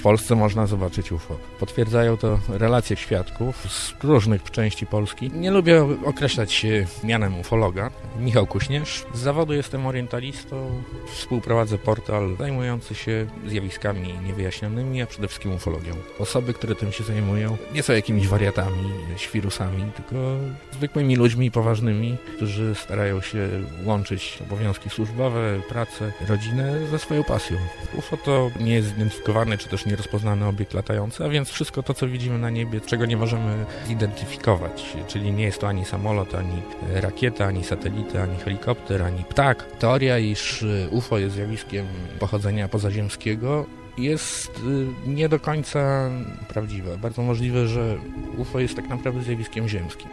Polsce można zobaczyć UFO. Potwierdzają to relacje świadków z różnych części Polski. Nie lubię określać się mianem ufologa. Michał Kuśnierz. Z zawodu jestem orientalistą. Współprowadzę portal zajmujący się zjawiskami niewyjaśnionymi, a przede wszystkim ufologią. Osoby, które tym się zajmują, nie są jakimiś wariatami, świrusami, tylko zwykłymi ludźmi poważnymi, którzy starają się łączyć obowiązki służbowe, pracę, rodzinę ze swoją pasją. UFO to nie jest zidentyfikowany czy też nierozpoznany obiekt latający, a więc wszystko to, co widzimy na niebie, czego nie możemy zidentyfikować, czyli nie jest to ani samolot, ani rakieta, ani satelita, ani helikopter, ani ptak. Teoria, iż UFO jest zjawiskiem pochodzenia pozaziemskiego, jest nie do końca prawdziwa. Bardzo możliwe, że UFO jest tak naprawdę zjawiskiem ziemskim.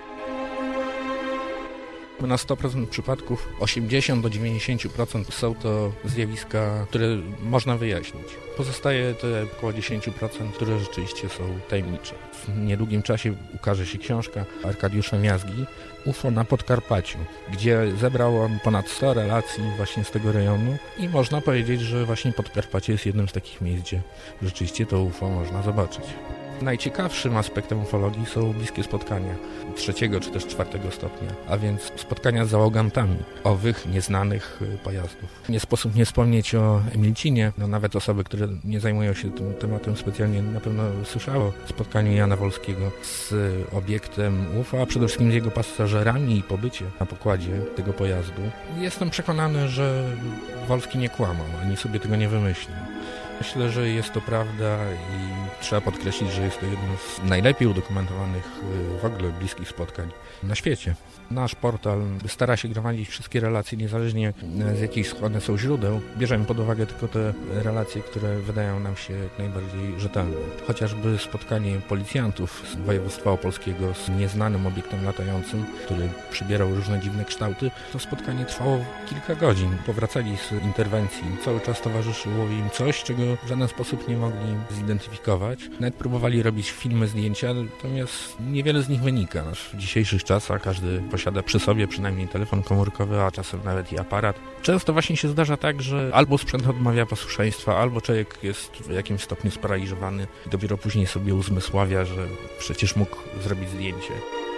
Na 100% przypadków 80 do 90% są to zjawiska, które można wyjaśnić. Pozostaje te około 10%, które rzeczywiście są tajemnicze. W niedługim czasie ukaże się książka Arkadiusza Miazgi UFO na Podkarpaciu, gdzie zebrał on ponad 100 relacji właśnie z tego rejonu i można powiedzieć, że właśnie Podkarpacie jest jednym z takich miejsc, gdzie rzeczywiście to UFO można zobaczyć. Najciekawszym aspektem ufologii są bliskie spotkania 3. czy też 4. stopnia, a więc spotkania z załogantami owych nieznanych pojazdów. Nie sposób nie wspomnieć o Emilcinie. Nawet osoby, które nie zajmują się tym tematem specjalnie, na pewno słyszały o spotkaniu Jana Wolskiego z obiektem UFO, a przede wszystkim z jego pasażerami i pobycie na pokładzie tego pojazdu. Jestem przekonany, że Wolski nie kłamał, ani sobie tego nie wymyślił. Myślę, że jest to prawda i trzeba podkreślić, że jest to jedno z najlepiej udokumentowanych w ogóle bliskich spotkań na świecie. Nasz portal stara się gromadzić wszystkie relacje, niezależnie z jakich one są źródeł. Bierzemy pod uwagę tylko te relacje, które wydają nam się jak najbardziej rzetelne. Chociażby spotkanie policjantów z województwa opolskiego z nieznanym obiektem latającym, który przybierał różne dziwne kształty, to spotkanie trwało kilka godzin. Powracali z interwencji. Cały czas towarzyszyło im coś, czego w żaden sposób nie mogli zidentyfikować. Nawet próbowali robić filmy, zdjęcia, natomiast niewiele z nich wynika. W dzisiejszych czasach każdy posiada przy sobie przynajmniej telefon komórkowy, a czasem nawet i aparat. Często właśnie się zdarza tak, że albo sprzęt odmawia posłuszeństwa, albo człowiek jest w jakimś stopniu sparaliżowany i dopiero później sobie uzmysławia, że przecież mógł zrobić zdjęcie.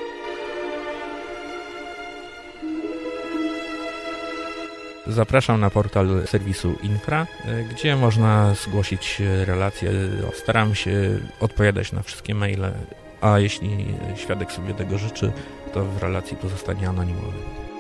Zapraszam na portal serwisu Infra, gdzie można zgłosić relacje. Staram się odpowiadać na wszystkie maile, a jeśli świadek sobie tego życzy, to w relacji pozostanie anonimowy.